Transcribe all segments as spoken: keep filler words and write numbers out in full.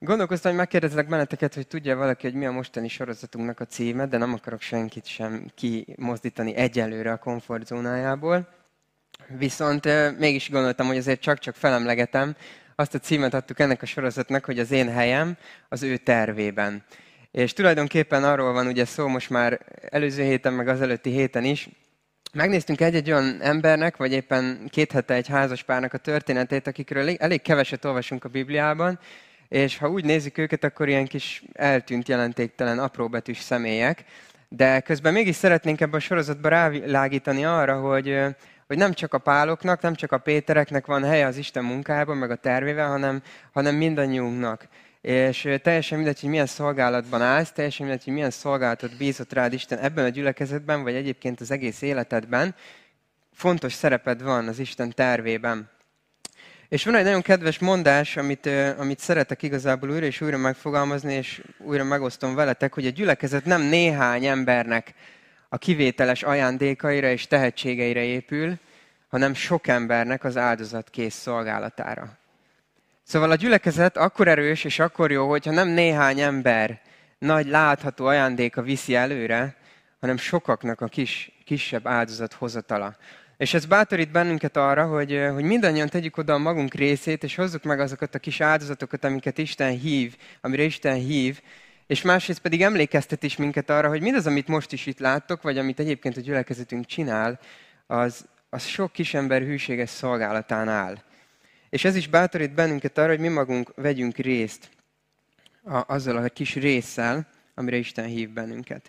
Gondolkoztam, hogy megkérdezlek benneteket, hogy tudja valaki, hogy mi a mostani sorozatunknak a címe, de nem akarok senkit sem kimozdítani egyelőre a komfortzónájából. Viszont euh, mégis gondoltam, hogy azért csak-csak felemlegetem. Azt a címet adtuk ennek a sorozatnak, hogy az én helyem az ő tervében. És tulajdonképpen arról van ugye szó most már előző héten, meg az előtti héten is. Megnéztünk egy-egy olyan embernek, vagy éppen két hete egy házaspárnak a történetét, akikről elég, elég keveset olvasunk a Bibliában, és ha úgy nézzük őket, akkor ilyen kis eltűnt, jelentéktelen, apróbetűs személyek. De közben mégis szeretnénk ebben a sorozatban rávilágítani arra, hogy, hogy nem csak a Páloknak, nem csak a Pétereknek van helye az Isten munkájában, meg a tervével, hanem, hanem mindannyiunknak. És teljesen mindegy, hogy milyen szolgálatban állsz, teljesen mindegy, hogy milyen szolgálatot bízott rád Isten ebben a gyülekezetben, vagy egyébként az egész életedben, fontos szereped van az Isten tervében. És van egy nagyon kedves mondás, amit, amit szeretek igazából újra és újra megfogalmazni, és újra megosztom veletek, hogy a gyülekezet nem néhány embernek a kivételes ajándékaira és tehetségeire épül, hanem sok embernek az áldozatkész szolgálatára. Szóval a gyülekezet akkor erős és akkor jó, hogyha nem néhány ember nagy látható ajándéka viszi előre, hanem sokaknak a kis, kisebb áldozat hozatala. És ez bátorít bennünket arra, hogy, hogy mindannyian tegyük oda a magunk részét, és hozzuk meg azokat a kis áldozatokat, amiket Isten hív, amire Isten hív, és másrészt pedig emlékeztet is minket arra, hogy mindaz, amit most is itt láttok, vagy amit egyébként a gyülekezetünk csinál, az, az sok kisember hűséges szolgálatán áll. És ez is bátorít bennünket arra, hogy mi magunk vegyünk részt a, azzal a kis résszel, amire Isten hív bennünket.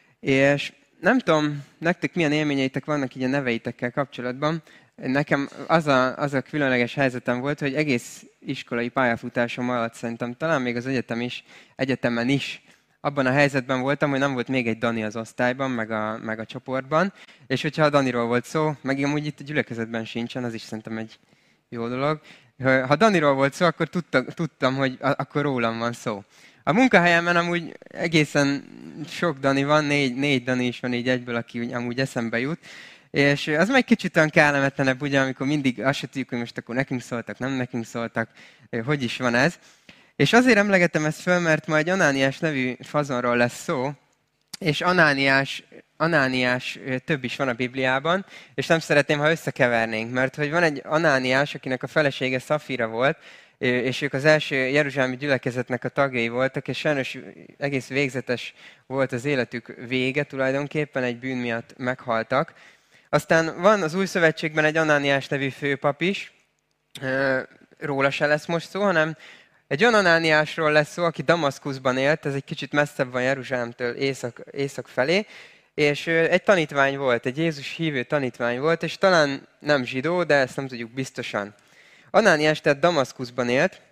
És nem tudom, nektek milyen élményeitek vannak így a neveitekkel kapcsolatban. Nekem az a, az a különleges helyzetem volt, hogy egész iskolai pályafutásom alatt szerintem talán még az egyetem is, egyetemen is abban a helyzetben voltam, hogy nem volt még egy Dani az osztályban, meg a, meg a csoportban. És hogyha a Daniról volt szó, meg amúgy itt a gyülekezetben sincsen, az is szerintem egy jó dolog. Ha Daniról volt szó, akkor tudta, tudtam, hogy akkor rólam van szó. A munkahelyemen amúgy egészen sok Dani van, négy, négy Dani is van így egyből, aki amúgy eszembe jut. És az meg kicsit olyan kellemetlenebb, ugye, amikor mindig azt se tudjuk, hogy most akkor nekünk szóltak, nem nekünk szóltak, hogy is van ez. És azért emlegetem ezt föl, mert ma egy Anániás nevű fazonról lesz szó, és Anániás, Anániás több is van a Bibliában, és nem szeretném, ha összekevernénk, mert hogy van egy Anániás, akinek a felesége Szafira volt, és ők az első jeruzsálemi gyülekezetnek a tagjai voltak, és sajnos egész végzetes volt az életük vége, tulajdonképpen egy bűn miatt meghaltak. Aztán van az Új Szövetségben egy Anániás nevű főpap is, róla se lesz most szó, hanem egy olyan Anániásról lesz szó, aki Damaszkuszban élt, ez egy kicsit messzebb van Jeruzsálemtől észak, észak felé, és egy tanítvány volt, egy Jézus hívő tanítvány volt, és talán nem zsidó, de ezt nem tudjuk biztosan. Anániás tehát Damaszkuszban élt,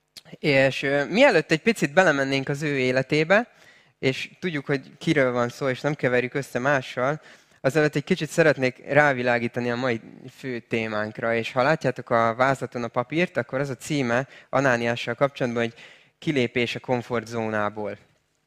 és mielőtt egy picit belemennénk az ő életébe, és tudjuk, hogy kiről van szó, és nem keverjük össze mással, azelőtt egy kicsit szeretnék rávilágítani a mai fő témánkra, és ha látjátok a vázlaton a papírt, akkor az a címe Anániással kapcsolatban, hogy kilépés a komfortzónából.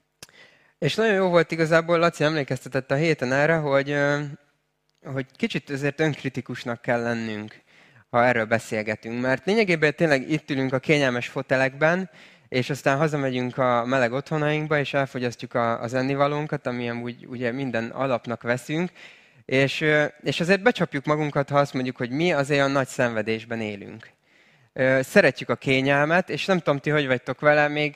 És nagyon jó volt igazából, Laci emlékeztetett a héten erre, hogy, hogy kicsit azért önkritikusnak kell lennünk, ha erről beszélgetünk. Mert lényegében tényleg itt ülünk a kényelmes fotelekben, és aztán hazamegyünk a meleg otthonainkba, és elfogyasztjuk a, az ennivalónkat, amilyen úgy, ugye minden alapnak veszünk, és, és azért becsapjuk magunkat, ha azt mondjuk, hogy mi azért a nagy szenvedésben élünk. Szeretjük a kényelmet, és nem tudom ti, hogy vagytok vele, még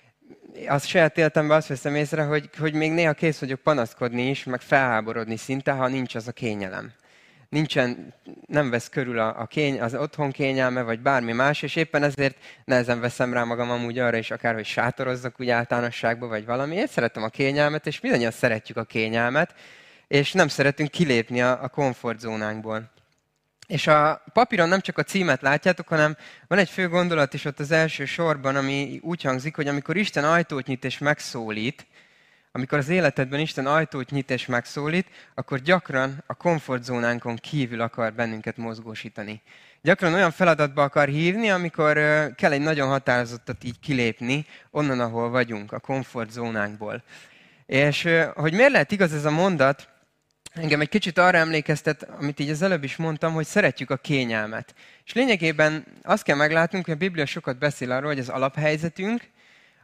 az saját életemben azt veszem észre, hogy, hogy még néha kész vagyok panaszkodni is, meg felháborodni szinte, ha nincs az a kényelem. Nincsen, nem vesz körül a, a kény, az otthon kényelme, vagy bármi más, és éppen ezért nehezen veszem rá magam amúgy arra is, akár, hogy sátorozzak úgy általánosságban, vagy valami. Én szeretem a kényelmet, és mindannyian szeretjük a kényelmet, és nem szeretünk kilépni a, a komfortzónánkból. És a papíron nem csak a címet látjátok, hanem van egy fő gondolat is ott az első sorban, ami úgy hangzik, hogy amikor Isten ajtót nyit és megszólít, amikor az életedben Isten ajtót nyit és megszólít, akkor gyakran a komfortzónánkon kívül akar bennünket mozgósítani. Gyakran olyan feladatba akar hívni, amikor kell egy nagyon határozottat így kilépni onnan, ahol vagyunk, a komfortzónánkból. És hogy miért lehet igaz ez a mondat, engem egy kicsit arra emlékeztet, amit így az előbb is mondtam, hogy szeretjük a kényelmet. És lényegében azt kell meglátnunk, hogy a Biblia sokat beszél arról, hogy az alaphelyzetünk,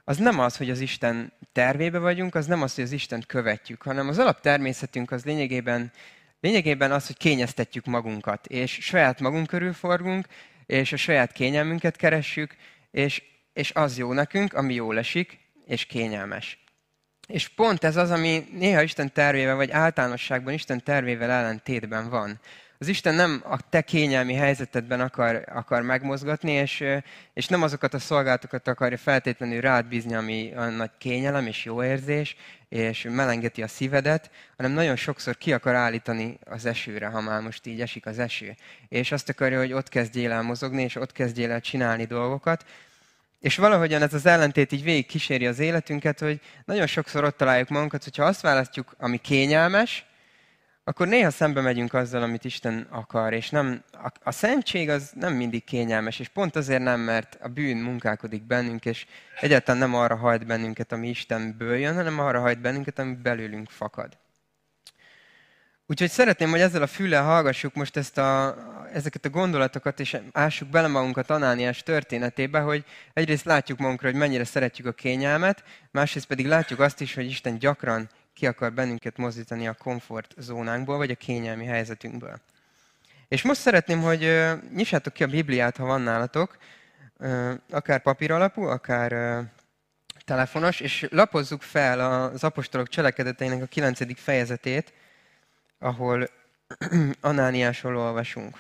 az nem az, hogy az Isten tervébe vagyunk, az nem az, hogy az Istent követjük, hanem az alaptermészetünk az lényegében, lényegében az, hogy kényeztetjük magunkat, és saját magunk körül forgunk, és a saját kényelmünket keressük, és, és az jó nekünk, ami jól esik, és kényelmes. És pont ez az, ami néha Isten tervével, vagy általánosságban Isten tervével ellentétben van. Az Isten nem a te kényelmi helyzetedben akar, akar megmozgatni, és, és nem azokat a szolgálatokat akarja feltétlenül rád bízni, ami a nagy kényelem és jó érzés, és melengeti a szívedet, hanem nagyon sokszor ki akar állítani az esőre, ha már most így esik az eső. És azt akarja, hogy ott kezdjél el mozogni, és ott kezdjél el csinálni dolgokat. És valahogyan ez az ellentét így végig kíséri az életünket, hogy nagyon sokszor ott találjuk magunkat, hogyha azt választjuk, ami kényelmes, akkor néha szembe megyünk azzal, amit Isten akar, és nem, a, a szentség az nem mindig kényelmes, és pont azért nem, mert a bűn munkálkodik bennünk, és egyáltalán nem arra hajt bennünket, ami Istenből jön, hanem arra hajt bennünket, ami belőlünk fakad. Úgyhogy szeretném, hogy ezzel a füllel hallgassuk most ezt a, ezeket a gondolatokat, és ássuk bele magunkat Anániás történetébe, hogy egyrészt látjuk magunkra, hogy mennyire szeretjük a kényelmet, másrészt pedig látjuk azt is, hogy Isten gyakran ki akar bennünket mozdítani a komfortzónánkból, vagy a kényelmi helyzetünkből. És most szeretném, hogy uh, nyissátok ki a Bibliát, ha van nálatok, uh, akár papíralapú, akár uh, telefonos, és lapozzuk fel az apostolok cselekedeteinek a kilencedik fejezetét, ahol Anániásról olvasunk.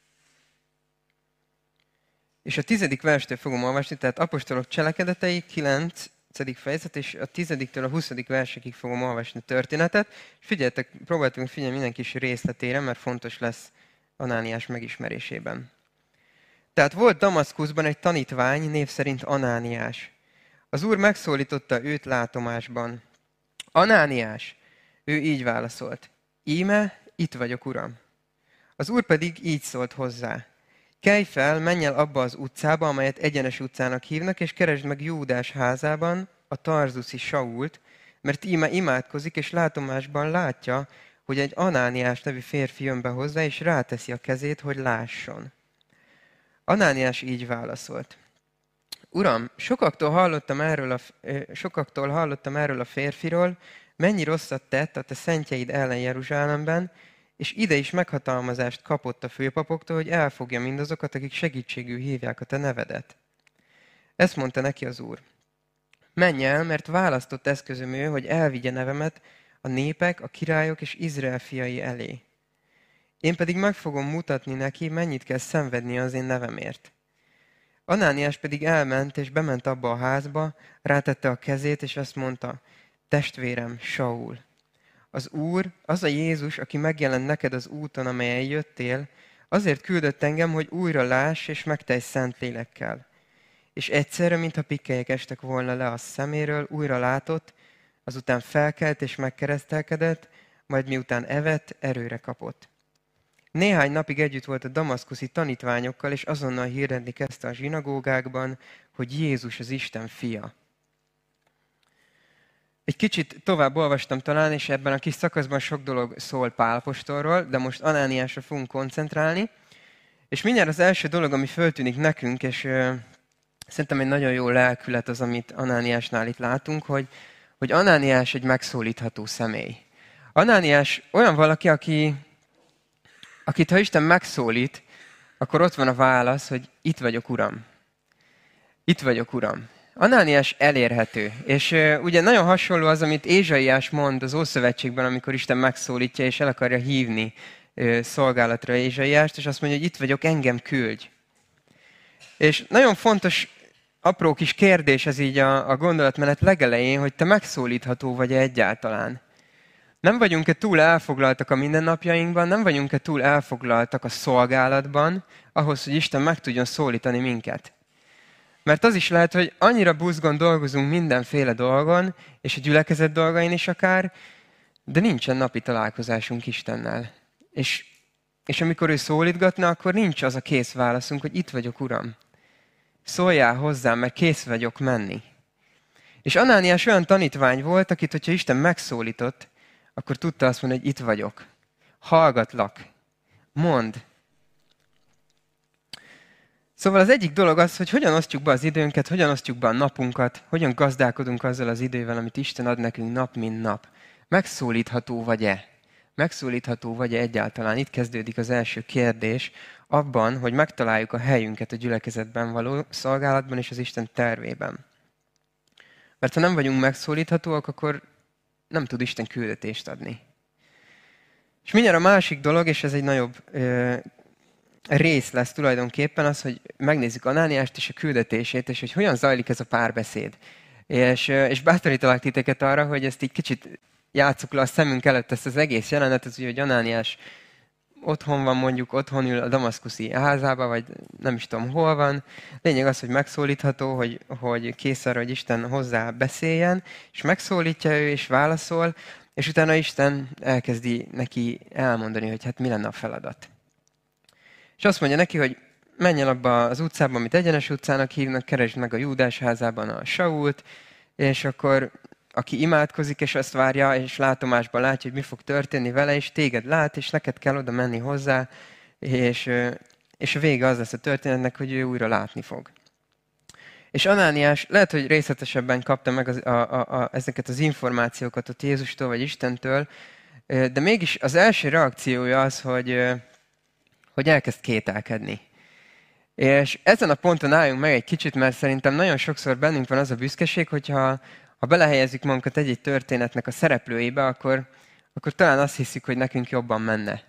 És a tizedik verstől fogom olvasni, tehát apostolok cselekedetei, kilencedik fejezet, és a tizediktől a huszadik versekig fogom olvasni a történetet. És figyeljetek, próbáltunk figyelni minden kis részletére, mert fontos lesz Anániás megismerésében. Tehát volt Damaszkuszban egy tanítvány, név szerint Anániás. Az Úr megszólította őt látomásban. Anániás, ő így válaszolt. Íme, itt vagyok, Uram. Az Úr pedig így szólt hozzá. Kelj fel, menj el abba az utcába, amelyet Egyenes utcának hívnak, és keresd meg Júdás házában a tarzuszi Sault, mert íme imádkozik, és látomásban látja, hogy egy Anániás nevű férfi jön be hozzá, és ráteszi a kezét, hogy lásson. Anániás így válaszolt. Uram, sokaktól hallottam erről a, sokaktól hallottam erről a férfiról, mennyi rosszat tett a te szentjeid ellen Jeruzsálemben, és ide is meghatalmazást kapott a főpapoktól, hogy elfogja mindazokat, akik segítségül hívják a te nevedet. Ezt mondta neki az Úr. Menj el, mert választott eszközöm ő, hogy elvigye nevemet a népek, a királyok és Izrael fiai elé. Én pedig meg fogom mutatni neki, mennyit kell szenvedni az én nevemért. Anániás pedig elment, és bement abba a házba, rátette a kezét, és azt mondta, testvérem, Saul. Az Úr, az a Jézus, aki megjelent neked az úton, amelyen jöttél, azért küldött engem, hogy újra láss és megtelj szent lélekkel. És egyszerre, mintha pikkelyek estek volna le a szeméről, újra látott, azután felkelt és megkeresztelkedett, majd miután evett, erőre kapott. Néhány napig együtt volt a damaszkuszi tanítványokkal, és azonnal hirdetni kezdte a zsinagógákban, hogy Jézus az Isten fia. Egy kicsit tovább olvastam talán, és ebben a kis szakaszban sok dolog szól Pál apostolról, de most Anániásra fogunk koncentrálni. És mindjárt az első dolog, ami föltűnik nekünk, és uh, szerintem egy nagyon jó lelkület az, amit Anániásnál itt látunk, hogy, hogy Anániás egy megszólítható személy. Anániás olyan valaki, aki, akit ha Isten megszólít, akkor ott van a válasz, hogy itt vagyok, Uram. Itt vagyok, Uram. Anániás elérhető, és uh, ugye nagyon hasonló az, amit Ézsaiás mond az Ószövetségben, amikor Isten megszólítja, és el akarja hívni uh, szolgálatra Ézsaiást, és azt mondja, hogy itt vagyok, engem küldj. És nagyon fontos, apró kis kérdés ez így a, a gondolatmenet legelején, hogy te megszólítható vagy-e egyáltalán. Nem vagyunk-e túl elfoglaltak a mindennapjainkban, nem vagyunk-e túl elfoglaltak a szolgálatban, ahhoz, hogy Isten meg tudjon szólítani minket. Mert az is lehet, hogy annyira buzgon dolgozunk mindenféle dolgon, és a gyülekezet dolgain is akár, de nincsen napi találkozásunk Istennel. És, és amikor ő szólítgatna, akkor nincs az a kész válaszunk, hogy itt vagyok, Uram. Szóljál hozzám, mert kész vagyok menni. És Anániás olyan tanítvány volt, akit, hogyha Isten megszólított, akkor tudta azt mondani, hogy itt vagyok. Hallgatlak. Mondd. Szóval az egyik dolog az, hogy hogyan osztjuk be az időnket, hogyan osztjuk be a napunkat, hogyan gazdálkodunk azzal az idővel, amit Isten ad nekünk nap, mint nap. Megszólítható vagy-e? Megszólítható vagy-e egyáltalán? Itt kezdődik az első kérdés, abban, hogy megtaláljuk a helyünket a gyülekezetben való szolgálatban és az Isten tervében. Mert ha nem vagyunk megszólíthatóak, akkor nem tud Isten küldetést adni. És mindjárt a másik dolog, és ez egy nagyobb ö, rész lesz tulajdonképpen az, hogy megnézzük Anániást és a küldetését, és hogy hogyan zajlik ez a párbeszéd. És, és bátorítalak titeket arra, hogy ezt így kicsit játsszuk le a szemünk előtt, ezt az egész jelenetet, hogy Anániás otthon van, mondjuk otthon ül a damaszkuszi házába, vagy nem is tudom hol van. Lényeg az, hogy megszólítható, hogy, hogy kész arra, hogy Isten hozzá beszéljen, és megszólítja ő, és válaszol, és utána Isten elkezdi neki elmondani, hogy hát mi lenne a feladat. És azt mondja neki, hogy menj el abba az utcába, amit Egyenes utcának hívnak, keresd meg a Júdás házában a Sault, és akkor aki imádkozik, és azt várja, és látomásban látja, hogy mi fog történni vele, és téged lát, és neked kell oda menni hozzá, és, és a vége az lesz a történetnek, hogy ő újra látni fog. És Anániás lehet, hogy részletesebben kapta meg az, a, a, a, ezeket az információkat ott Jézustól vagy Istentől, de mégis az első reakciója az, hogy, hogy elkezd kételkedni. És ezen a ponton álljunk meg egy kicsit, mert szerintem nagyon sokszor bennünk van az a büszkeség, hogyha ha belehelyezzük magunkat egy-egy történetnek a szereplőibe, akkor, akkor talán azt hiszük, hogy nekünk jobban menne.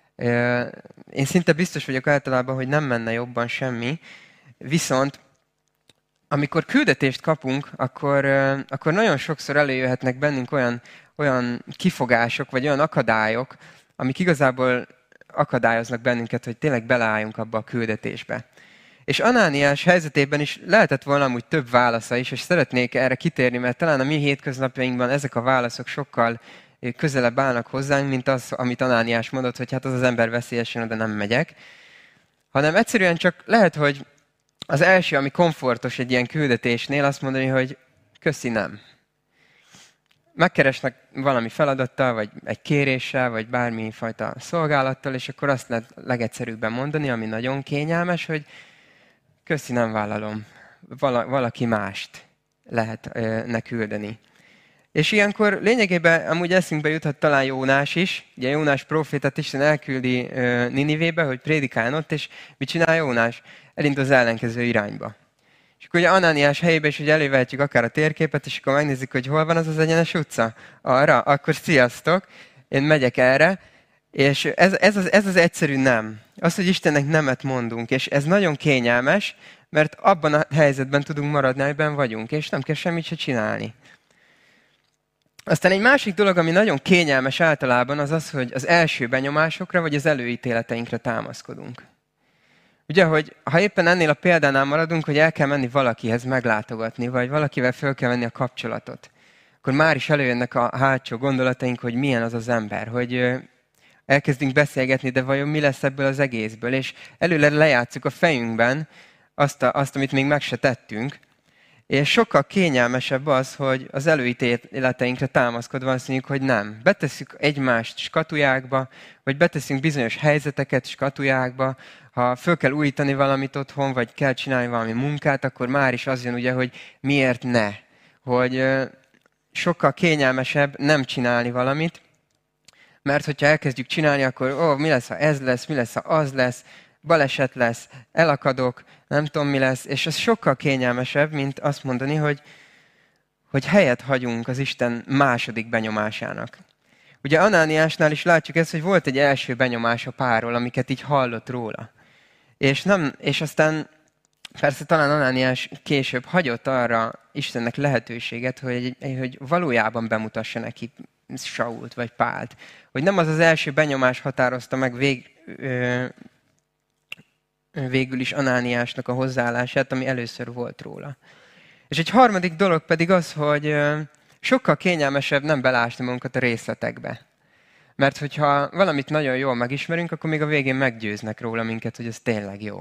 Én szinte biztos vagyok általában, hogy nem menne jobban semmi, viszont amikor küldetést kapunk, akkor, akkor nagyon sokszor előjöhetnek bennünk olyan, olyan kifogások, vagy olyan akadályok, amik igazából akadályoznak bennünket, hogy tényleg beleálljunk abba a küldetésbe. És Anániás helyzetében is lehetett volna amúgy több válasza is, és szeretnék erre kitérni, mert talán a mi hétköznapjainkban ezek a válaszok sokkal közelebb állnak hozzánk, mint az, amit Anániás mondott, hogy hát az az ember veszélyesen, oda nem megyek. Hanem egyszerűen csak lehet, hogy az első, ami komfortos egy ilyen küldetésnél, azt mondani, hogy köszi, nem. Megkeresnek valami feladattal, vagy egy kéréssel, vagy bármifajta szolgálattal, és akkor azt lehet legegyszerűbben mondani, ami nagyon kényelmes, hogy köszi, nem vállalom. Vala, valaki mást lehetne küldeni. És ilyenkor lényegében amúgy eszünkbe juthat talán Jónás is. Ugye Jónás prófétát Isten elküldi Ninivébe, hogy prédikáljon ott, és mit csinál Jónás? Elindul az ellenkező irányba. És akkor ugye Anániás helyébe is ugye elővehetjük akár a térképet, és akkor megnézzük, hogy hol van az az Egyenes utca. Arra, akkor sziasztok, én megyek erre. És ez, ez, az, ez az egyszerű nem. Az, hogy Istennek nemet mondunk. És ez nagyon kényelmes, mert abban a helyzetben tudunk maradni, amiben vagyunk, és nem kell semmit se csinálni. Aztán egy másik dolog, ami nagyon kényelmes általában, az az, hogy az első benyomásokra, vagy az előítéleteinkre támaszkodunk. Ugye, hogy ha éppen ennél a példánál maradunk, hogy el kell menni valakihez meglátogatni, vagy valakivel föl kell venni a kapcsolatot, akkor már is előjönnek a hátsó gondolataink, hogy milyen az az ember, hogy elkezdünk beszélgetni, de vajon mi lesz ebből az egészből, és előre lejátszuk a fejünkben azt, a, azt, amit még meg se tettünk, és sokkal kényelmesebb az, hogy az előítéleteinkre támaszkodva azt mondjuk, hogy nem. Betesszük egymást skatujákba, vagy beteszünk bizonyos helyzeteket skatujákba. Ha föl kell újítani valamit otthon, vagy kell csinálni valami munkát, akkor már is az jön ugye, hogy miért ne. Hogy sokkal kényelmesebb nem csinálni valamit, mert hogyha elkezdjük csinálni, akkor ó, mi lesz, ha ez lesz, mi lesz, ha az lesz, baleset lesz, elakadok, nem tudom mi lesz, és ez sokkal kényelmesebb, mint azt mondani, hogy, hogy helyet hagyunk az Isten második benyomásának. Ugye Anániásnál is látjuk ezt, hogy volt egy első benyomás a párról, amiket így hallott róla. És, nem, és aztán persze talán Anániás később hagyott arra Istennek lehetőséget, hogy, hogy valójában bemutassa neki Sault vagy Pált. Hogy nem az az első benyomás határozta meg vég, ö, végül is Anániásnak a hozzáállását, ami először volt róla. És egy harmadik dolog pedig az, hogy sokkal kényelmesebb nem belásni magunkat a részletekbe. Mert hogyha valamit nagyon jól megismerünk, akkor még a végén meggyőznek róla minket, hogy ez tényleg jó.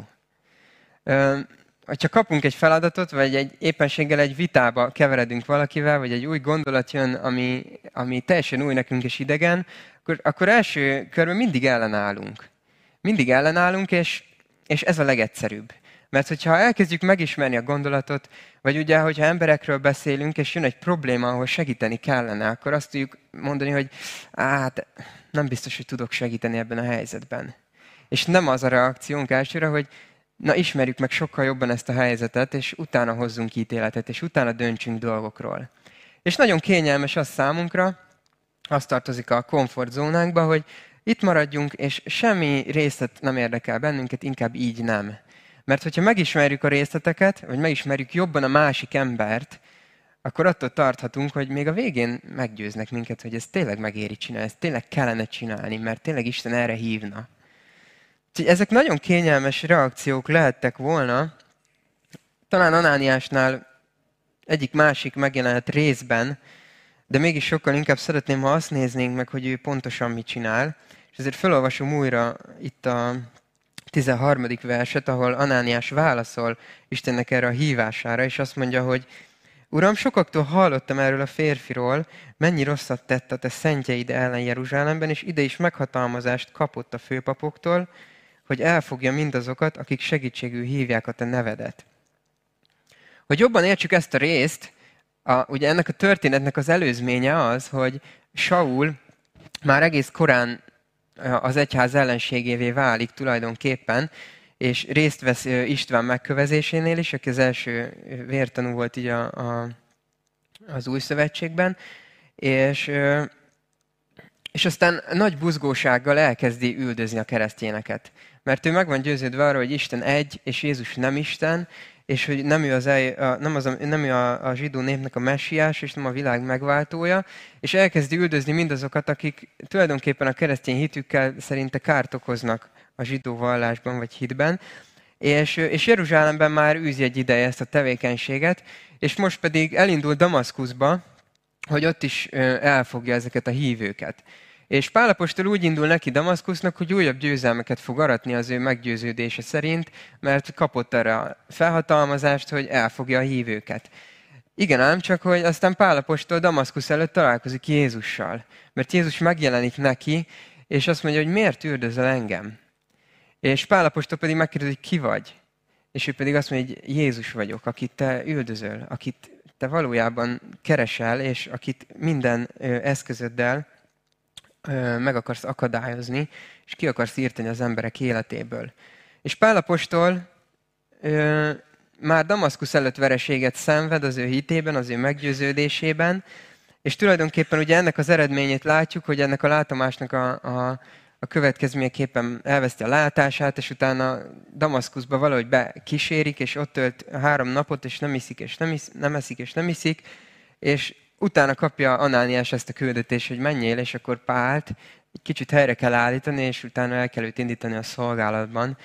Ha kapunk egy feladatot, vagy egy éppenséggel egy vitába keveredünk valakivel, vagy egy új gondolat jön, ami, ami teljesen új nekünk és idegen, akkor, akkor első körben mindig ellenállunk. Mindig ellenállunk, és És ez a legegyszerűbb. Mert hogyha elkezdjük megismerni a gondolatot, vagy ugye, hogyha emberekről beszélünk, és jön egy probléma, ahol segíteni kellene, akkor azt tudjuk mondani, hogy hát nem biztos, hogy tudok segíteni ebben a helyzetben. És nem az a reakciónk elsőre, hogy na ismerjük meg sokkal jobban ezt a helyzetet, és utána hozzunk ítéletet, és utána döntsünk dolgokról. És nagyon kényelmes az számunkra, az tartozik a komfortzónánkba, hogy itt maradjunk, és semmi részlet nem érdekel bennünket, inkább így nem. Mert hogyha megismerjük a részleteket, vagy megismerjük jobban a másik embert, akkor attól tarthatunk, hogy még a végén meggyőznek minket, hogy ez tényleg megéri csinálni, ezt tényleg kellene csinálni, mert tényleg Isten erre hívna. Úgyhogy ezek nagyon kényelmes reakciók lehettek volna. Talán Anániásnál egyik-másik megjelenhet részben, de mégis sokkal inkább szeretném, ha azt néznénk meg, hogy ő pontosan mit csinál. És ezért felolvasom újra itt a tizenharmadik verset, ahol Anániás válaszol Istennek erre a hívására, és azt mondja, hogy Uram, sokaktól hallottam erről a férfiról, mennyi rosszat tett a te szentjeid ellen Jeruzsálemben, és ide is meghatalmazást kapott a főpapoktól, hogy elfogja mindazokat, akik segítségül hívják a te nevedet. Hogy jobban értsük ezt a részt, a, ugye ennek a történetnek az előzménye az, hogy Saul már egész korán az egyház ellenségévé válik tulajdonképpen, és részt vesz István megkövezésénél is, aki az első vértanú volt így a, a, az új szövetségben, és, és aztán nagy buzgósággal elkezdi üldözni a keresztényeket. Mert ő meg van győződve arról, hogy Isten egy, és Jézus nem Isten, és hogy nem ő, az, nem az a, nem ő a, a zsidó népnek a messiás, és nem a világ megváltója, és elkezdi üldözni mindazokat, akik tulajdonképpen a keresztény hitükkel szerinte kárt okoznak a zsidó vallásban vagy hitben, és, és Jeruzsálemben már űzi egy ideje ezt a tevékenységet, és most pedig elindul Damaszkuszba, hogy ott is elfogja ezeket a hívőket. És Pál apostol úgy indul neki Damaszkusznak, hogy újabb győzelmeket fog aratni az ő meggyőződése szerint, mert kapott erre a felhatalmazást, hogy elfogja a hívőket. Igen ám, csak hogy aztán Pál apostol Damaszkusz előtt találkozik Jézussal. Mert Jézus megjelenik neki, és azt mondja, hogy miért üldözöl engem? És Pál apostol pedig megkérdezi, hogy ki vagy? És ő pedig azt mondja, hogy Jézus vagyok, akit te üldözöl, akit te valójában keresel, és akit minden eszközöddel meg akarsz akadályozni, és ki akarsz írtani az emberek életéből. És Pál apostol ö, már Damaszkusz előtt vereséget szenved az ő hitében, az ő meggyőződésében, és tulajdonképpen ugye ennek az eredményét látjuk, hogy ennek a látomásnak a, a, a következményeképpen elveszti a látását, és utána Damaszkuszba valahogy bekísérik, és ott tölt három napot, és nem iszik, és nem, isz, nem eszik, és nem iszik, és utána kapja Anániás ezt a küldetést, hogy menjél, és akkor Pált egy kicsit helyre kell állítani, és utána el kell őt indítani a szolgálatban.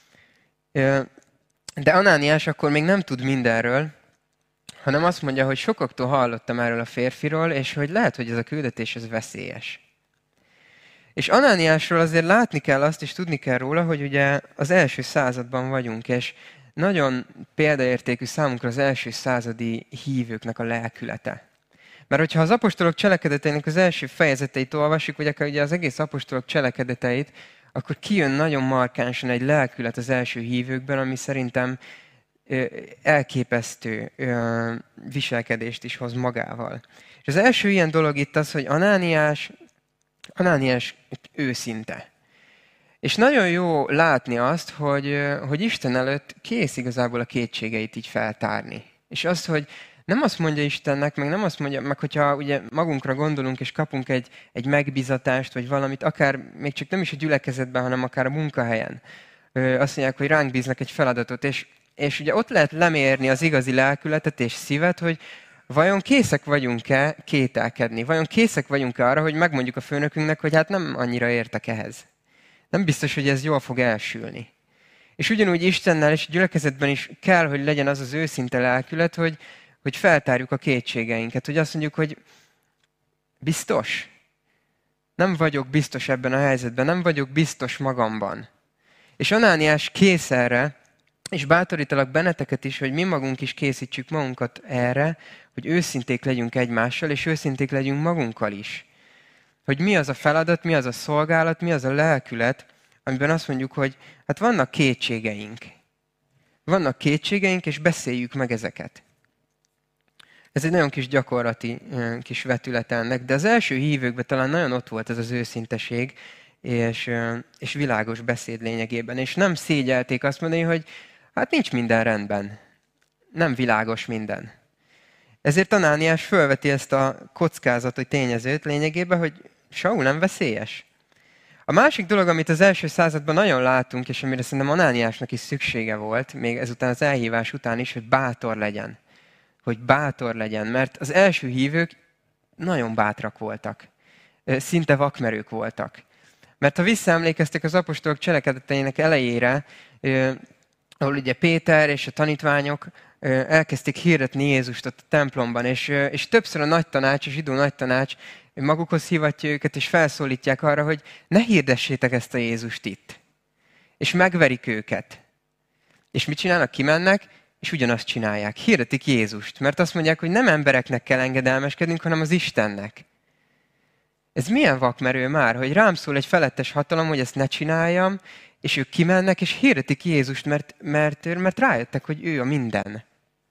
De Anániás akkor még nem tud mindenről, hanem azt mondja, hogy sokaktól hallottam erről a férfiról, és hogy lehet, hogy ez a küldetés ez veszélyes. És Anániásról azért látni kell azt, és tudni kell róla, hogy ugye az első században vagyunk, és nagyon példaértékű számunkra az első századi hívőknek a lelkülete. Mert hogyha az apostolok cselekedeteinek az első fejezeteit olvassuk, vagy akár ugye az egész apostolok cselekedeteit, akkor kijön nagyon markánsan egy lelkület az első hívőkben, ami szerintem elképesztő viselkedést is hoz magával. És az első ilyen dolog itt az, hogy Anániás, Anániás őszinte. És nagyon jó látni azt, hogy, hogy Isten előtt kész igazából a kétségeit így feltárni. És azt, hogy nem azt mondja Istennek, meg nem azt mondja, meg hogyha ugye magunkra gondolunk, és kapunk egy, egy megbizatást, vagy valamit, akár még csak nem is a gyülekezetben, hanem akár a munkahelyen. Azt mondják, hogy ránk bíznak egy feladatot, és, és ugye ott lehet lemérni az igazi lelkületet és szívet, hogy vajon készek vagyunk-e kételkedni? Vajon készek vagyunk-e arra, hogy megmondjuk a főnökünknek, hogy hát nem annyira értek ehhez. Nem biztos, hogy ez jól fog elsülni. És ugyanúgy Istennel és a gyülekezetben is kell, hogy legyen az az őszinte lelkület, hogy hogy feltárjuk a kétségeinket, hogy azt mondjuk, hogy biztos? Nem vagyok biztos ebben a helyzetben, nem vagyok biztos magamban. És Anániás kész erre, és bátorítalak benneteket is, hogy mi magunk is készítsük magunkat erre, hogy őszinték legyünk egymással, és őszinték legyünk magunkkal is. Hogy mi az a feladat, mi az a szolgálat, mi az a lelkület, amiben azt mondjuk, hogy hát vannak kétségeink. Vannak kétségeink, és beszéljük meg ezeket. Ez egy nagyon kis gyakorlati kis vetület ennek, de az első hívőkben talán nagyon ott volt ez az őszinteség, és, és világos beszéd lényegében. És nem szégyelték azt mondani, hogy hát nincs minden rendben. Nem világos minden. Ezért Anániás fölveti ezt a kockázatot, tényezőt lényegében, hogy Saul nem veszélyes. A másik dolog, amit az első században nagyon látunk, és amire szerintem Anániásnak is szüksége volt, még ezután az elhívás után is, hogy bátor legyen. Hogy bátor legyen, mert az első hívők nagyon bátrak voltak. Szinte vakmerők voltak. Mert ha visszaemlékeztek az apostolok cselekedeteinek elejére, ahol ugye Péter és a tanítványok elkezdték hirdetni Jézust ott a templomban, és, és többször a nagy tanács, a zsidó nagy tanács magukhoz hívatja őket, és felszólítják arra, hogy ne hirdessétek ezt a Jézust itt. És megverik őket. És mit csinálnak? Kimennek, és ugyanazt csinálják. Hirdetik Jézust, mert azt mondják, hogy nem embereknek kell engedelmeskednünk, hanem az Istennek. Ez milyen vakmerő már, hogy rám szól egy felettes hatalom, hogy ezt ne csináljam, és ők kimennek, és hirdetik Jézust, mert, mert, mert rájöttek, hogy ő a minden.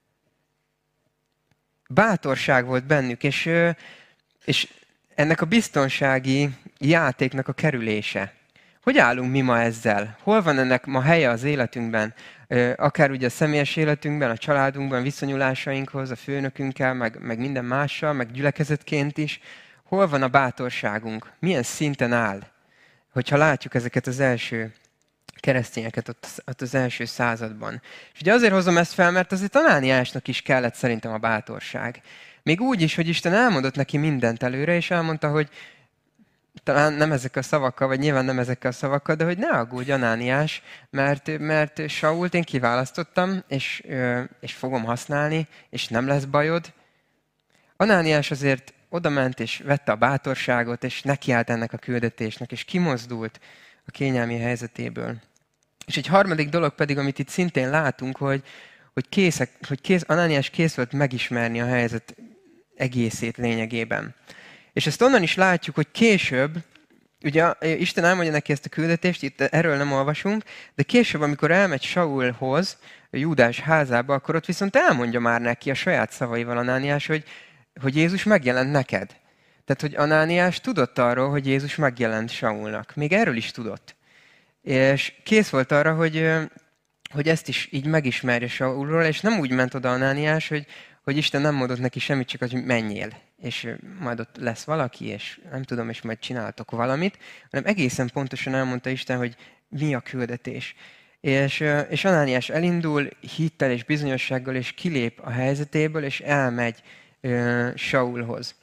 Bátorság volt bennük, és, és ennek a biztonsági játéknak a kerülése. Hogy állunk mi ma ezzel? Hol van ennek ma helye az életünkben? Akár ugye a személyes életünkben, a családunkban, viszonyulásainkhoz, a főnökünkkel, meg, meg minden mással, meg gyülekezetként is. Hol van a bátorságunk? Milyen szinten áll? Hogyha látjuk ezeket az első keresztényeket ott, ott az első században. És ugye azért hozom ezt fel, mert azért Anániásnak is kellett szerintem a bátorság. Még úgy is, hogy Isten elmondott neki mindent előre, és elmondta, hogy talán nem ezekkel a szavakkal, vagy nyilván nem ezekkel a szavakkal, de hogy ne aggódj, Anániás, mert, mert Sault én kiválasztottam, és, és fogom használni, és nem lesz bajod. Anániás azért odament, és vette a bátorságot, és nekiállt ennek a küldetésnek, és kimozdult a kényelmi helyzetéből. És egy harmadik dolog pedig, amit itt szintén látunk, hogy, hogy, készek, hogy kész, Anániás kész volt megismerni a helyzet egészét lényegében. És ezt onnan is látjuk, hogy később, ugye Isten elmondja neki ezt a küldetést, itt erről nem olvasunk, de később, amikor elmegy Saulhoz, a Júdás házába, akkor ott viszont elmondja már neki a saját szavaival Anániás, hogy, hogy Jézus megjelent neked. Tehát, hogy Anániás tudott arról, hogy Jézus megjelent Saulnak. Még erről is tudott. És kész volt arra, hogy, hogy ezt is így megismerje Saulról, és nem úgy ment oda Anániás, hogy, hogy Isten nem mondott neki semmit, csak az, hogy menjél. És majd ott lesz valaki, és nem tudom, és majd csináltok valamit, hanem egészen pontosan elmondta Isten, hogy mi a küldetés. És, és Anániás elindul hittel és bizonyossággal, és kilép a helyzetéből, és elmegy uh, Saulhoz.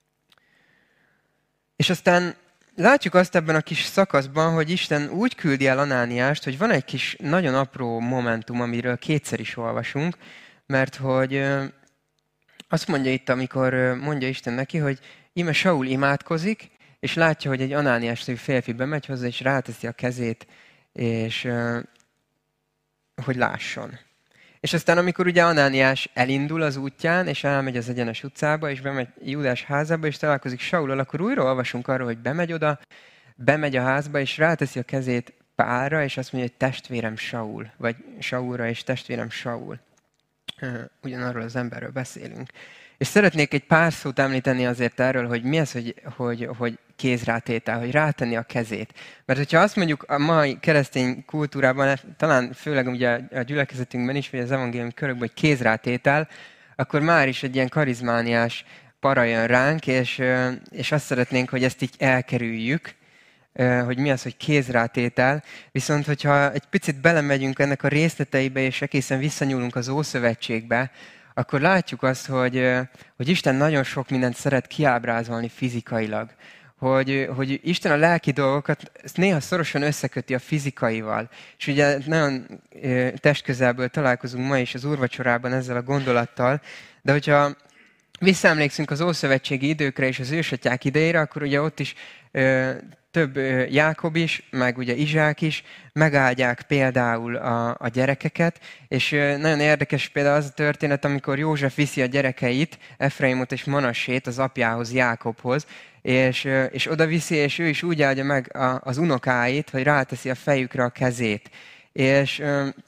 És aztán látjuk azt ebben a kis szakaszban, hogy Isten úgy küldi el Anániást, hogy van egy kis nagyon apró momentum, amiről kétszer is olvasunk, mert hogy uh, azt mondja itt, amikor mondja Isten neki, hogy íme Saul imádkozik, és látja, hogy egy Anániás nevű férfi bemegy hozzá, és ráteszi a kezét, és uh, hogy lásson. És aztán, amikor ugye Anániás elindul az útján, és elmegy az egyenes utcába, és bemegy Júdás házába, és találkozik Saulal, akkor újra olvasunk arról, hogy bemegy oda, bemegy a házba, és ráteszi a kezét Pálra, és azt mondja, hogy testvérem Saul, vagy Saulra, és testvérem Saul. Ugyanarról az emberről beszélünk. És szeretnék egy pár szót említeni azért erről, hogy mi az, hogy, hogy, hogy kézrátétel, hogy rátenni a kezét. Mert hogyha azt mondjuk a mai keresztény kultúrában, talán főleg ugye a gyülekezetünkben is, vagy az evangéliumi körökben, hogy kézrátétel, akkor már is egy ilyen karizmániás para jön ránk, és, és azt szeretnénk, hogy ezt így elkerüljük, hogy mi az, hogy kézrátétel. Viszont, hogyha egy picit belemegyünk ennek a részleteibe, és egészen visszanyúlunk az Ószövetségbe, akkor látjuk azt, hogy, hogy Isten nagyon sok mindent szeret kiábrázolni fizikailag. Hogy, hogy Isten a lelki dolgokat ezt néha szorosan összeköti a fizikaival. És ugye nagyon testközelből találkozunk ma is az úrvacsorában ezzel a gondolattal, de hogyha visszaemlékszünk az ószövetségi időkre és az ősatyák idejére, akkor ugye ott is több Jákob is, meg ugye Izsák is megáldják például a, a gyerekeket, és nagyon érdekes például az a történet, amikor József viszi a gyerekeit, Efraimot és Manassét az apjához, Jákobhoz, és, és oda viszi, és ő is úgy áldja meg a, az unokáit, hogy ráteszi a fejükre a kezét. És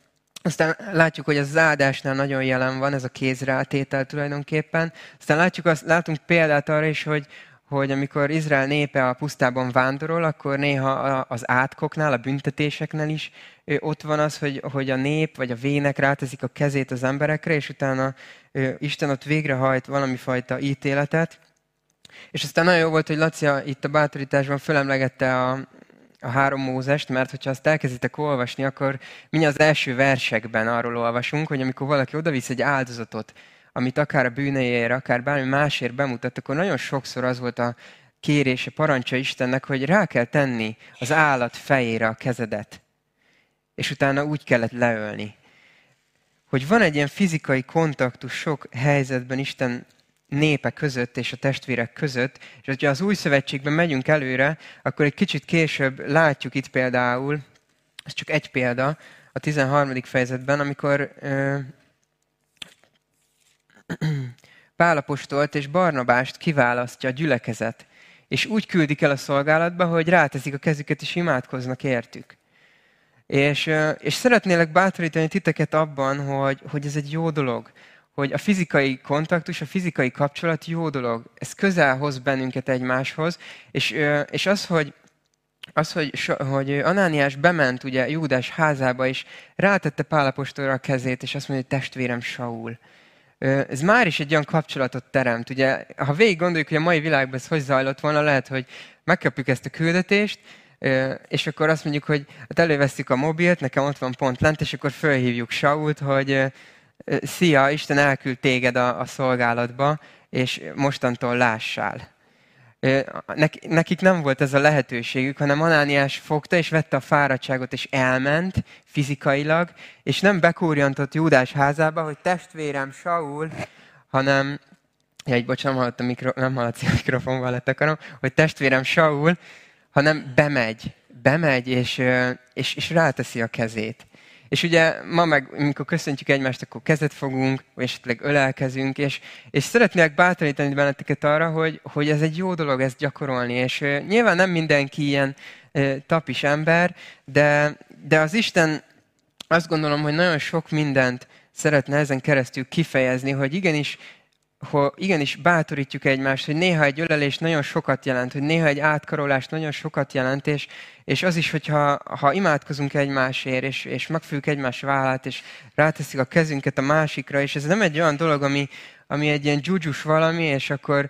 Aztán látjuk, hogy az áldásnál nagyon jelen van ez a kézrátétel tulajdonképpen. Aztán látjuk azt, látunk példát arra is, hogy, hogy amikor Izrael népe a pusztában vándorol, akkor néha az átkoknál, a büntetéseknél is ott van az, hogy, hogy a nép vagy a vének ráteszik a kezét az emberekre, és utána Isten ott végrehajt valami fajta ítéletet. És aztán nagyon jó volt, hogy Laci itt a bátorításban fölemlegette a, a három Mózest, mert hogyha azt elkezditek olvasni, akkor mi az első versekben arról olvasunk, hogy amikor valaki odavisz egy áldozatot, amit akár a bűneiért, akár bármi másért bemutat, akkor nagyon sokszor az volt a kérése, parancsa Istennek, hogy rá kell tenni az állat fejére a kezedet. És utána úgy kellett leölni. Hogy van egy ilyen fizikai kontaktus sok helyzetben Isten népe között és a testvérek között, és hogyha az új szövetségben megyünk előre, akkor egy kicsit később látjuk itt például, ez csak egy példa, a tizenharmadik fejezetben, amikor ö, Pál apostolt és Barnabást kiválasztja a gyülekezet, és úgy küldik el a szolgálatba, hogy ráteszik a kezüket és imádkoznak értük. És, és szeretnélek bátorítani titeket abban, hogy, hogy ez egy jó dolog, hogy a fizikai kontaktus, a fizikai kapcsolat jó dolog. Ez közel hoz bennünket egymáshoz, és, és az, hogy, az, hogy, hogy Anániás bement ugye Júdás házába, és rátette Pál apostolra a kezét, és azt mondja, hogy testvérem Saul. Ez már is egy olyan kapcsolatot teremt. Ugye, ha végig gondoljuk, hogy a mai világban ez hogy zajlott volna, lehet, hogy megkapjuk ezt a küldetést, és akkor azt mondjuk, hogy hát elővesztük a mobilt, nekem ott van pont lent, és akkor fölhívjuk Sault, hogy szia, Isten elküld téged a, a szolgálatba, és mostantól lássál. Nekik nem volt ez a lehetőségük, hanem Anániás fogta, és vette a fáradtságot, és elment fizikailag, és nem bekúrjantott Júdás házába, hogy testvérem Saul, hanem, ja, egy bocs, nem hallott a, mikro, nem hallott a mikrofonval lett akarom, hogy testvérem Saul, hanem bemegy, bemegy, és, és, és ráteszi a kezét. És ugye ma meg, amikor köszöntjük egymást, akkor kezet fogunk, vagy esetleg ölelkezünk, és, és szeretnélek bátorítani benneteket arra, hogy, hogy ez egy jó dolog ezt gyakorolni. És uh, nyilván nem mindenki ilyen uh, tapis ember, de, de az Isten azt gondolom, hogy nagyon sok mindent szeretne ezen keresztül kifejezni, hogy igenis, hogy igenis bátorítjuk egymást, hogy néha egy ölelés nagyon sokat jelent, hogy néha egy átkarolás nagyon sokat jelent, és, és az is, hogyha ha imádkozunk egymásért, és, és megfűjük egymás vállát, és ráteszik a kezünket a másikra, és ez nem egy olyan dolog, ami, ami egy ilyen dzsúdzsus valami, és akkor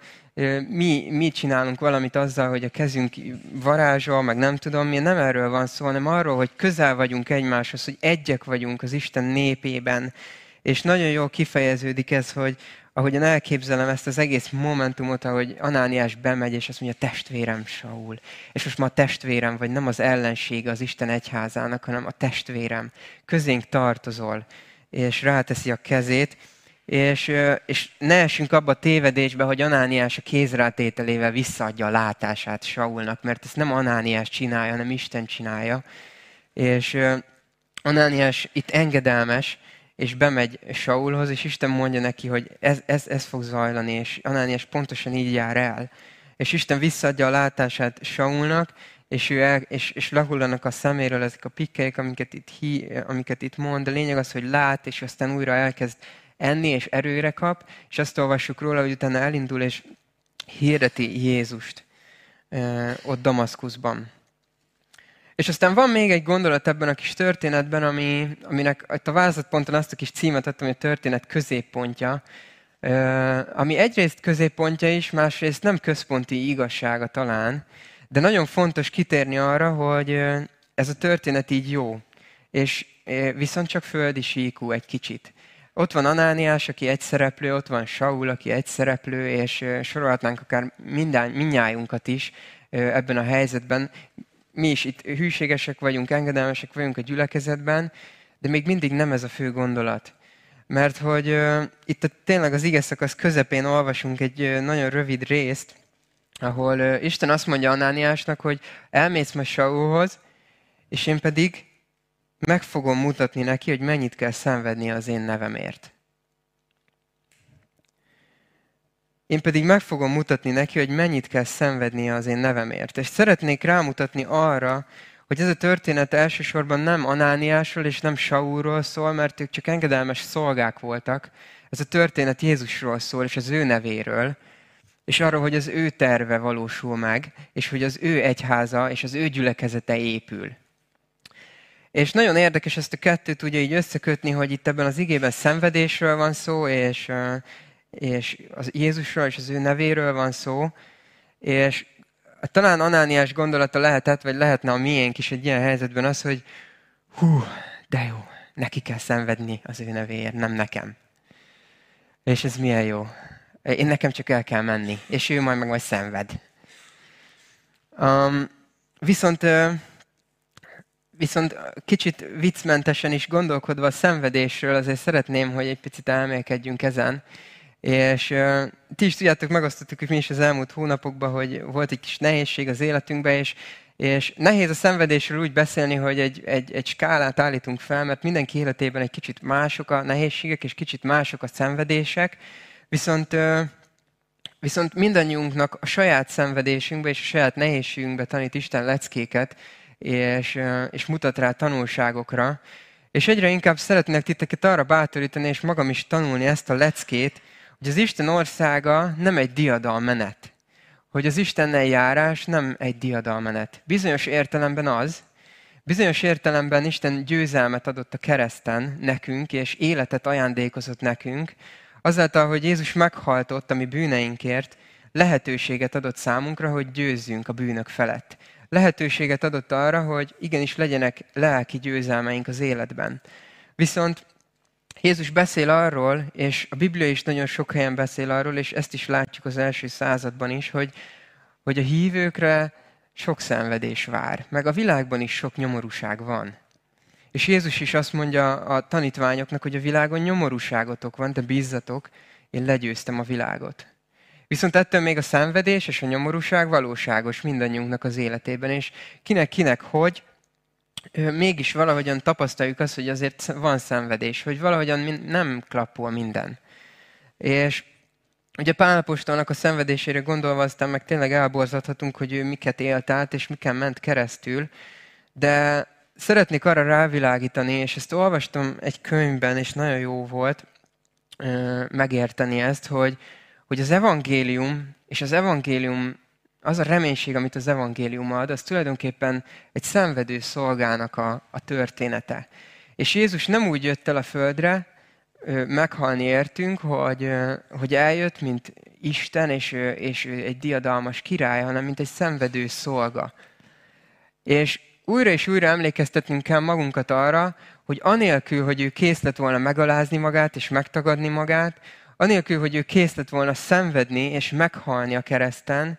mi, mi csinálunk valamit azzal, hogy a kezünk varázsol, meg nem tudom mi, nem erről van szó, hanem arról, hogy közel vagyunk egymáshoz, hogy egyek vagyunk az Isten népében, és nagyon jól kifejeződik ez, hogy ahogyan elképzelem ezt az egész momentumot, ahogy Anániás bemegy, és azt mondja, testvérem Saul. És most ma a testvérem, vagy nem az ellensége az Isten egyházának, hanem a testvérem. Közénk tartozol, és ráteszi a kezét, és, és ne essünk abba a tévedésbe, hogy Anániás a kézrátételével visszaadja a látását Saulnak, mert ezt nem Anániás csinálja, hanem Isten csinálja. És Anániás itt engedelmes, és bemegy Saulhoz, és Isten mondja neki, hogy ez, ez, ez fog zajlani, és Anániás pontosan így jár el. És Isten visszaadja a látását Saulnak, és, ő el, és, és lehullanak a szeméről ezek a pikkelyek, amiket itt, hi, amiket itt mond. De lényeg az, hogy lát, és aztán újra elkezd enni, és erőre kap, és azt olvassuk róla, hogy utána elindul, és hirdeti Jézust eh, ott Damaszkuszban. És aztán van még egy gondolat ebben a kis történetben, ami, aminek a vázlatponton azt a kis címet adtam, hogy a történet középpontja, ami egyrészt középpontja is, másrészt nem központi igazsága talán, de nagyon fontos kitérni arra, hogy ez a történet így jó, és viszont csak földi síkú egy kicsit. Ott van Anániás, aki egy szereplő, ott van Saul, aki egy szereplő, és sorolhatnánk akár minden, mindnyájunkat is ebben a helyzetben. Mi is itt hűségesek vagyunk, engedelmesek vagyunk a gyülekezetben, de még mindig nem ez a fő gondolat. Mert hogy uh, itt a, tényleg az ige szakasz közepén olvasunk egy uh, nagyon rövid részt, ahol uh, Isten azt mondja Anániásnak, hogy elmész majd Saulhoz, és én pedig meg fogom mutatni neki, hogy mennyit kell szenvednie az én nevemért. Én pedig meg fogom mutatni neki, hogy mennyit kell szenvednie az én nevemért. És szeretnék rámutatni arra, hogy ez a történet elsősorban nem Anániásról és nem Saulról szól, mert ők csak engedelmes szolgák voltak. Ez a történet Jézusról szól, és az ő nevéről, és arról, hogy az ő terve valósul meg, és hogy az ő egyháza és az ő gyülekezete épül. És nagyon érdekes ezt a kettőt ugye így összekötni, hogy itt ebben az igében szenvedésről van szó, és, és az Jézusról és az ő nevéről van szó, és talán Anániás gondolata lehetett, vagy lehetne a miénk is egy ilyen helyzetben az, hogy hú, de jó, neki kell szenvedni az ő nevéért, nem nekem. És ez milyen jó. Én nekem csak el kell menni, és ő majd meg majd szenved. Um, viszont, viszont kicsit viccmentesen is gondolkodva a szenvedésről, azért szeretném, hogy egy picit elmélkedjünk ezen. És uh, ti is tudjátok, megosztottuk, hogy mi is az elmúlt hónapokban, hogy volt egy kis nehézség az életünkben, és, és nehéz a szenvedésről úgy beszélni, hogy egy, egy, egy skálát állítunk fel, mert mindenki életében egy kicsit mások a nehézségek, és kicsit mások a szenvedések, viszont, uh, viszont mindannyiunknak a saját szenvedésünkbe és a saját nehézségünkbe tanít Isten leckéket, és, uh, és mutat rá tanulságokra. És egyre inkább szeretnék titeket arra bátorítani, és magam is tanulni ezt a leckét, hogy az Isten országa nem egy diadalmenet. Hogy az Istennel járás nem egy diadalmenet. Bizonyos értelemben az, bizonyos értelemben Isten győzelmet adott a kereszten nekünk, és életet ajándékozott nekünk, azáltal, hogy Jézus meghalt ott a mi bűneinkért, lehetőséget adott számunkra, hogy győzzünk a bűnök felett. Lehetőséget adott arra, hogy igenis legyenek lelki győzelmeink az életben. Viszont Jézus beszél arról, és a Biblia is nagyon sok helyen beszél arról, és ezt is látjuk az első században is, hogy, hogy a hívőkre sok szenvedés vár, meg a világban is sok nyomorúság van. És Jézus is azt mondja a tanítványoknak, hogy a világon nyomorúságotok van, de bízzatok, én legyőztem a világot. Viszont ettől még a szenvedés és a nyomorúság valóságos mindannyiunknak az életében, és kinek-kinek hogy, mégis valahogyan tapasztaljuk azt, hogy azért van szenvedés, hogy valahogyan nem klappol minden. És ugye Pál apostolnak a szenvedésére gondolva aztán meg tényleg elborzadhatunk, hogy ő miket élt át, és miken ment keresztül, de szeretnék arra rávilágítani, és ezt olvastam egy könyvben, és nagyon jó volt megérteni ezt, hogy, hogy az evangélium, és az evangélium, az a reménység, amit az evangélium ad, az tulajdonképpen egy szenvedő szolgának a, a története. És Jézus nem úgy jött el a földre, meghalni értünk, hogy, hogy eljött, mint Isten, és, és egy diadalmas király, hanem mint egy szenvedő szolga. És újra és újra emlékeztetnünk kell magunkat arra, hogy anélkül, hogy ő kész lett volna megalázni magát és megtagadni magát, anélkül, hogy ő kész lett volna szenvedni és meghalni a kereszten,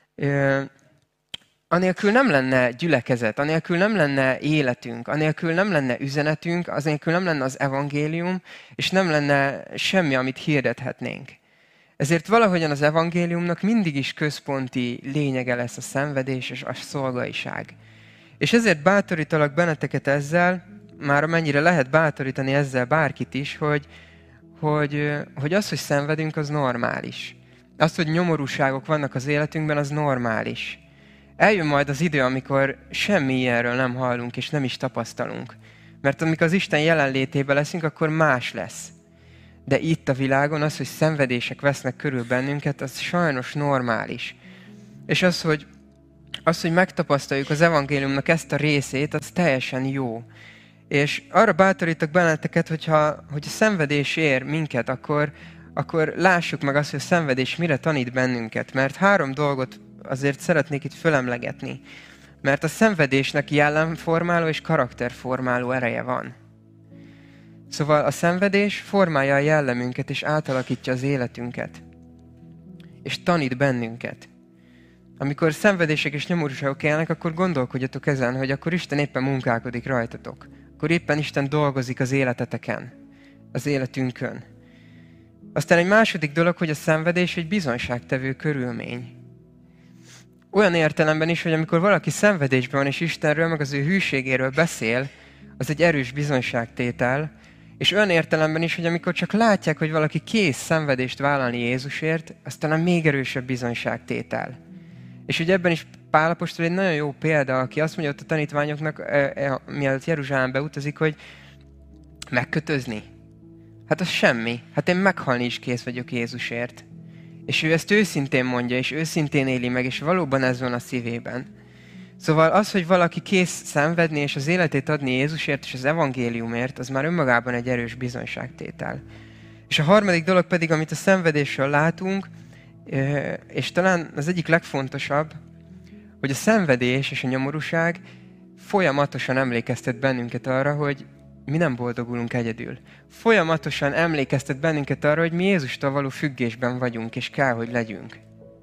anélkül nem lenne gyülekezet, anélkül nem lenne életünk, anélkül nem lenne üzenetünk, anélkül nem lenne az evangélium, és nem lenne semmi, amit hirdethetnénk. Ezért valahogyan az evangéliumnak mindig is központi lényege lesz a szenvedés és a szolgaiság. És ezért bátorítalak benneteket ezzel, már amennyire lehet bátorítani ezzel bárkit is, hogy, hogy, hogy az, hogy szenvedünk, az normális. Az, hogy nyomorúságok vannak az életünkben, az normális. Eljön majd az idő, amikor semmi ilyenről nem hallunk, és nem is tapasztalunk. Mert amikor az Isten jelenlétében leszünk, akkor más lesz. De itt a világon az, hogy szenvedések vesznek körül bennünket, az sajnos normális. És az, hogy, az, hogy megtapasztaljuk az evangéliumnak ezt a részét, az teljesen jó. És arra bátorítok benneteket, hogyha, hogy a szenvedés ér minket, akkor, akkor lássuk meg azt, hogy a szenvedés mire tanít bennünket. Mert három dolgot azért szeretnék itt fölemlegetni. Mert a szenvedésnek jellemformáló és karakterformáló ereje van. Szóval a szenvedés formálja a jellemünket, és átalakítja az életünket. És tanít bennünket. Amikor szenvedések és nyomorúságok élnek, akkor gondolkodjatok ezen, hogy akkor Isten éppen munkálkodik rajtatok. Akkor éppen Isten dolgozik az életeteken, az életünkön. Aztán egy második dolog, hogy a szenvedés egy bizonyságtevő körülmény. Olyan értelemben is, hogy amikor valaki szenvedésben van, és Istenről, meg az ő hűségéről beszél, az egy erős bizonyságtétel, és olyan értelemben is, hogy amikor csak látják, hogy valaki kész szenvedést vállalni Jézusért, az talán még erősebb bizonyságtétel. És hogy ebben is Pál apostol egy nagyon jó példa, aki azt mondja ott a tanítványoknak, e, e, mielőtt Jeruzsálembe utazik, hogy megkötözni. Hát az semmi. Hát én meghalni is kész vagyok Jézusért. És ő ezt őszintén mondja, és őszintén éli meg, és valóban ez van a szívében. Szóval az, hogy valaki kész szenvedni, és az életét adni Jézusért, és az evangéliumért, az már önmagában egy erős bizonyságtétel. És a harmadik dolog pedig, amit a szenvedésről látunk, és talán az egyik legfontosabb, hogy a szenvedés és a nyomorúság folyamatosan emlékeztet bennünket arra, hogy mi nem boldogulunk egyedül. Folyamatosan emlékeztet bennünket arra, hogy mi Jézustól való függésben vagyunk, és kell, hogy legyünk.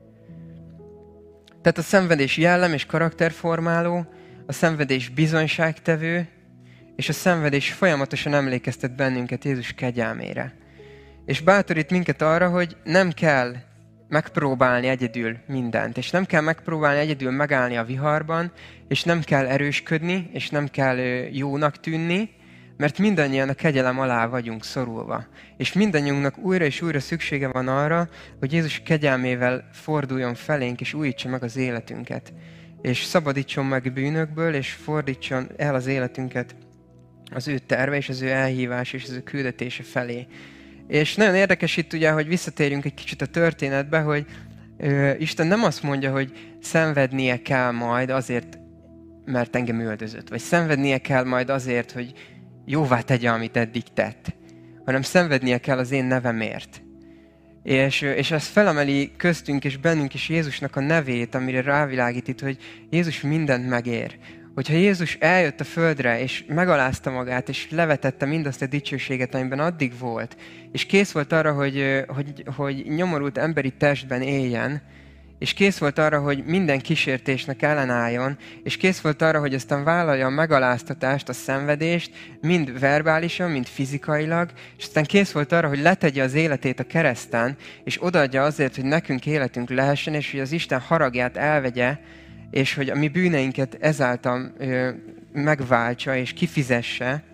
Tehát a szenvedés jellem és karakterformáló, a szenvedés bizonyságtevő, és a szenvedés folyamatosan emlékeztet bennünket Jézus kegyelmére. És bátorít minket arra, hogy nem kell megpróbálni egyedül mindent, és nem kell megpróbálni egyedül megállni a viharban, és nem kell erősködni, és nem kell jónak tűnni, mert mindannyian a kegyelem alá vagyunk szorulva. És mindannyiunknak újra és újra szüksége van arra, hogy Jézus kegyelmével forduljon felénk, és újítsa meg az életünket. És szabadítson meg bűnökből, és fordítson el az életünket az ő terve, és az ő elhívás, és az ő küldetése felé. És nagyon érdekes itt ugye, hogy visszatérjünk egy kicsit a történetbe, hogy ö, Isten nem azt mondja, hogy szenvednie kell majd azért, mert engem üldözött, vagy szenvednie kell majd azért, hogy jóvá tegye, amit eddig tett, hanem szenvednie kell az én nevemért. És, és ez felemeli köztünk és bennünk is Jézusnak a nevét, amire rávilágít itt, hogy Jézus mindent megér. Hogyha Jézus eljött a földre, és megalázta magát, és levetette mindazt a dicsőséget, amiben addig volt, és kész volt arra, hogy, hogy, hogy nyomorult emberi testben éljen, és kész volt arra, hogy minden kísértésnek ellenálljon, és kész volt arra, hogy aztán vállalja a megaláztatást, a szenvedést, mind verbálisan, mind fizikailag, és aztán kész volt arra, hogy letegye az életét a kereszten, és odaadja azért, hogy nekünk életünk lehessen, és hogy az Isten haragját elvegye, és hogy a mi bűneinket ezáltal ö, megváltsa és kifizesse,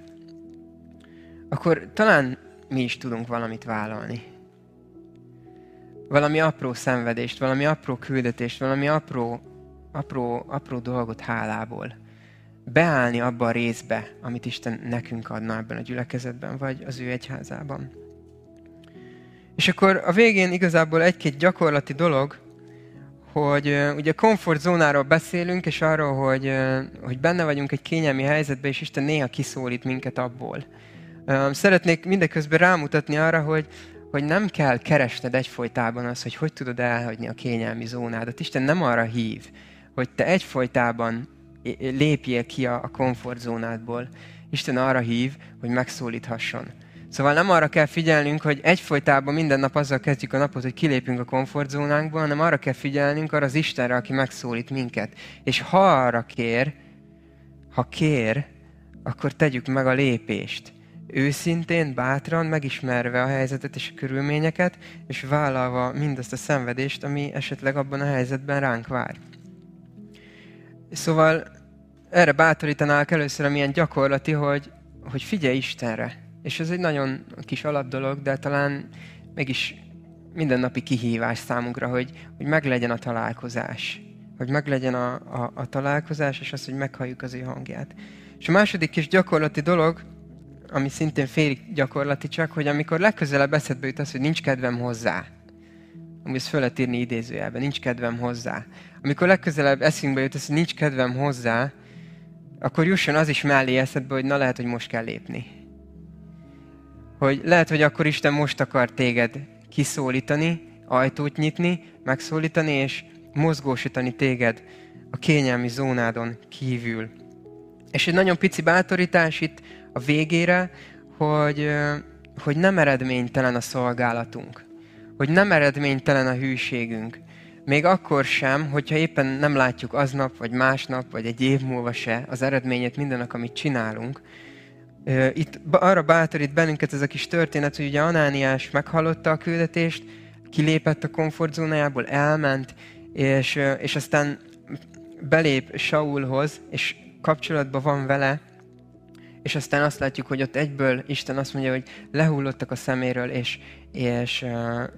akkor talán mi is tudunk valamit vállalni. Valami apró szenvedést, valami apró küldetést, valami apró, apró, apró dolgot hálából. Beállni abba a részbe, amit Isten nekünk adna ebben a gyülekezetben, vagy az ő egyházában. És akkor a végén igazából egy-két gyakorlati dolog, hogy uh, ugye komfortzónáról beszélünk, és arról, hogy, uh, hogy benne vagyunk egy kényelmi helyzetben, és Isten néha kiszólít minket abból. Uh, szeretnék mindeközben rámutatni arra, hogy, hogy nem kell keresned egyfolytában az, hogy hogy tudod elhagyni a kényelmi zónádat. Isten nem arra hív, hogy te egyfolytában lépjél ki a, a komfortzónádból. Isten arra hív, hogy megszólíthasson. Szóval nem arra kell figyelnünk, hogy egyfolytában minden nap azzal kezdjük a napot, hogy kilépünk a komfortzónánkból, hanem arra kell figyelnünk arra az Istenre, aki megszólít minket. És ha arra kér, ha kér, akkor tegyük meg a lépést. Őszintén, bátran, megismerve a helyzetet és a körülményeket, és vállalva mindazt a szenvedést, ami esetleg abban a helyzetben ránk vár. Szóval erre bátorítanálok először, amilyen gyakorlati, hogy, hogy figyelj Istenre. És ez egy nagyon kis alapdolog, de talán mégis mindennapi kihívás számunkra, hogy, hogy meglegyen a találkozás. Hogy meglegyen a, a, a találkozás, és az, hogy meghalljuk az ő hangját. És a második kis gyakorlati dolog, ami szintén félig gyakorlati csak, hogy amikor legközelebb eszedbe jut az, hogy nincs kedvem hozzá. Amúgy ezt föl lehet írni idézőjelben, nincs kedvem hozzá. Amikor legközelebb eszünkbe jut az, hogy nincs kedvem hozzá, akkor jusson az is mellé eszedbe, hogy na lehet, hogy most kell lépni. Hogy lehet, hogy akkor Isten most akar téged kiszólítani, ajtót nyitni, megszólítani, és mozgósítani téged a kényelmi zónádon kívül. És egy nagyon pici bátorítás itt a végére, hogy, hogy nem eredménytelen a szolgálatunk. Hogy nem eredménytelen a hűségünk. Még akkor sem, hogyha éppen nem látjuk aznap, vagy másnap, vagy egy év múlva se az eredményét mindennek, amit csinálunk. Itt arra bátorít bennünket ez a kis történet, hogy ugye Anániás meghallotta a küldetést, kilépett a komfortzónájából, elment, és, és aztán belép Saulhoz, és kapcsolatban van vele, és aztán azt látjuk, hogy ott egyből Isten azt mondja, hogy lehullottak a szeméről, és, és,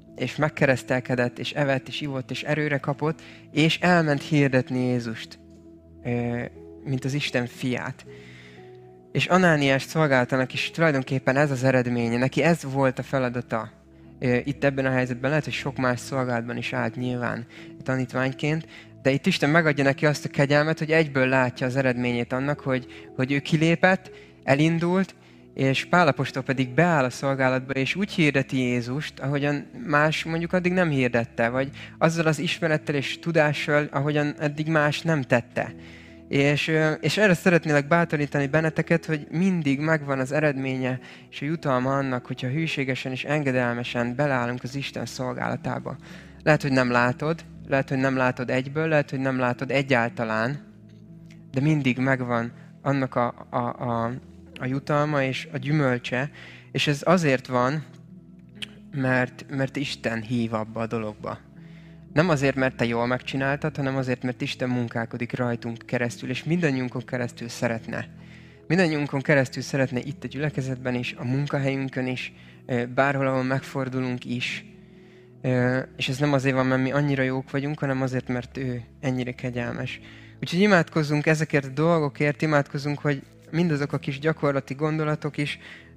és megkeresztelkedett, és evett, és ivott, és erőre kapott, és elment hirdetni Jézust, mint az Isten fiát. És Anániás szolgálatának is tulajdonképpen ez az eredménye, neki ez volt a feladata itt ebben a helyzetben. Lehet, hogy sok más szolgálatban is állt nyilván tanítványként, de itt Isten megadja neki azt a kegyelmet, hogy egyből látja az eredményét annak, hogy, hogy ő kilépett, elindult, és Pál apostol pedig beáll a szolgálatba, és úgy hirdeti Jézust, ahogyan más mondjuk addig nem hirdette, vagy azzal az ismerettel és tudással, ahogyan eddig más nem tette. És, és erre szeretnélek bátorítani benneteket, hogy mindig megvan az eredménye és a jutalma annak, hogyha hűségesen és engedelmesen beleállunk az Isten szolgálatába. Lehet, hogy nem látod, lehet, hogy nem látod egyből, lehet, hogy nem látod egyáltalán, de mindig megvan annak a, a, a, a jutalma és a gyümölcse, és ez azért van, mert, mert Isten hív abba a dologba. Nem azért, mert te jól megcsináltad, hanem azért, mert Isten munkálkodik rajtunk keresztül, és mindannyiunkon keresztül szeretne. Mindannyiunkon keresztül szeretne itt a gyülekezetben is, a munkahelyünkön is, bárhol, ahol megfordulunk is. És ez nem azért van, mert mi annyira jók vagyunk, hanem azért, mert ő ennyire kegyelmes. Úgyhogy imádkozzunk ezekért a dolgokért, imádkozzunk, hogy mindazok a kis gyakorlati gondolatok is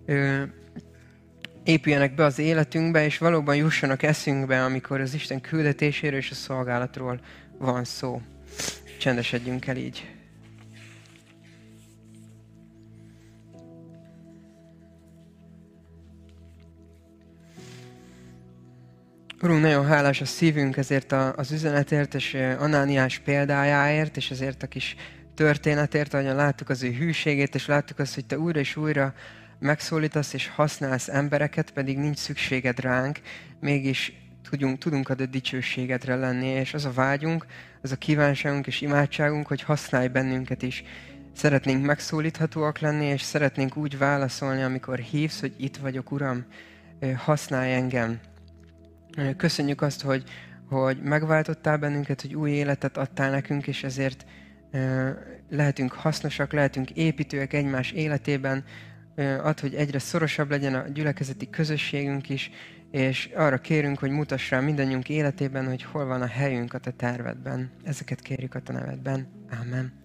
épüljenek be az életünkbe, és valóban jussanak eszünkbe, amikor az Isten küldetéséről és a szolgálatról van szó. Csendesedjünk el így. Urunk, nagyon hálás a szívünk ezért az üzenetért, és Anániás példájáért, és ezért a kis történetért, ahogyan láttuk az ő hűségét, és láttuk azt, hogy te újra és újra megszólítasz és használsz embereket, pedig nincs szükséged ránk, mégis tudunk, tudunk ad a dicsőségedre lenni, és az a vágyunk, az a kívánságunk és imádságunk, hogy használj bennünket is. Szeretnénk megszólíthatóak lenni, és szeretnénk úgy válaszolni, amikor hívsz, hogy itt vagyok, Uram, használj engem. Köszönjük azt, hogy, hogy megváltottál bennünket, hogy új életet adtál nekünk, és ezért lehetünk hasznosak, lehetünk építőek egymás életében. Add, hogy egyre szorosabb legyen a gyülekezeti közösségünk is, és arra kérünk, hogy mutass rá mindannyiunk életében, hogy hol van a helyünk a te tervedben. Ezeket kérjük a te nevedben. Ámen.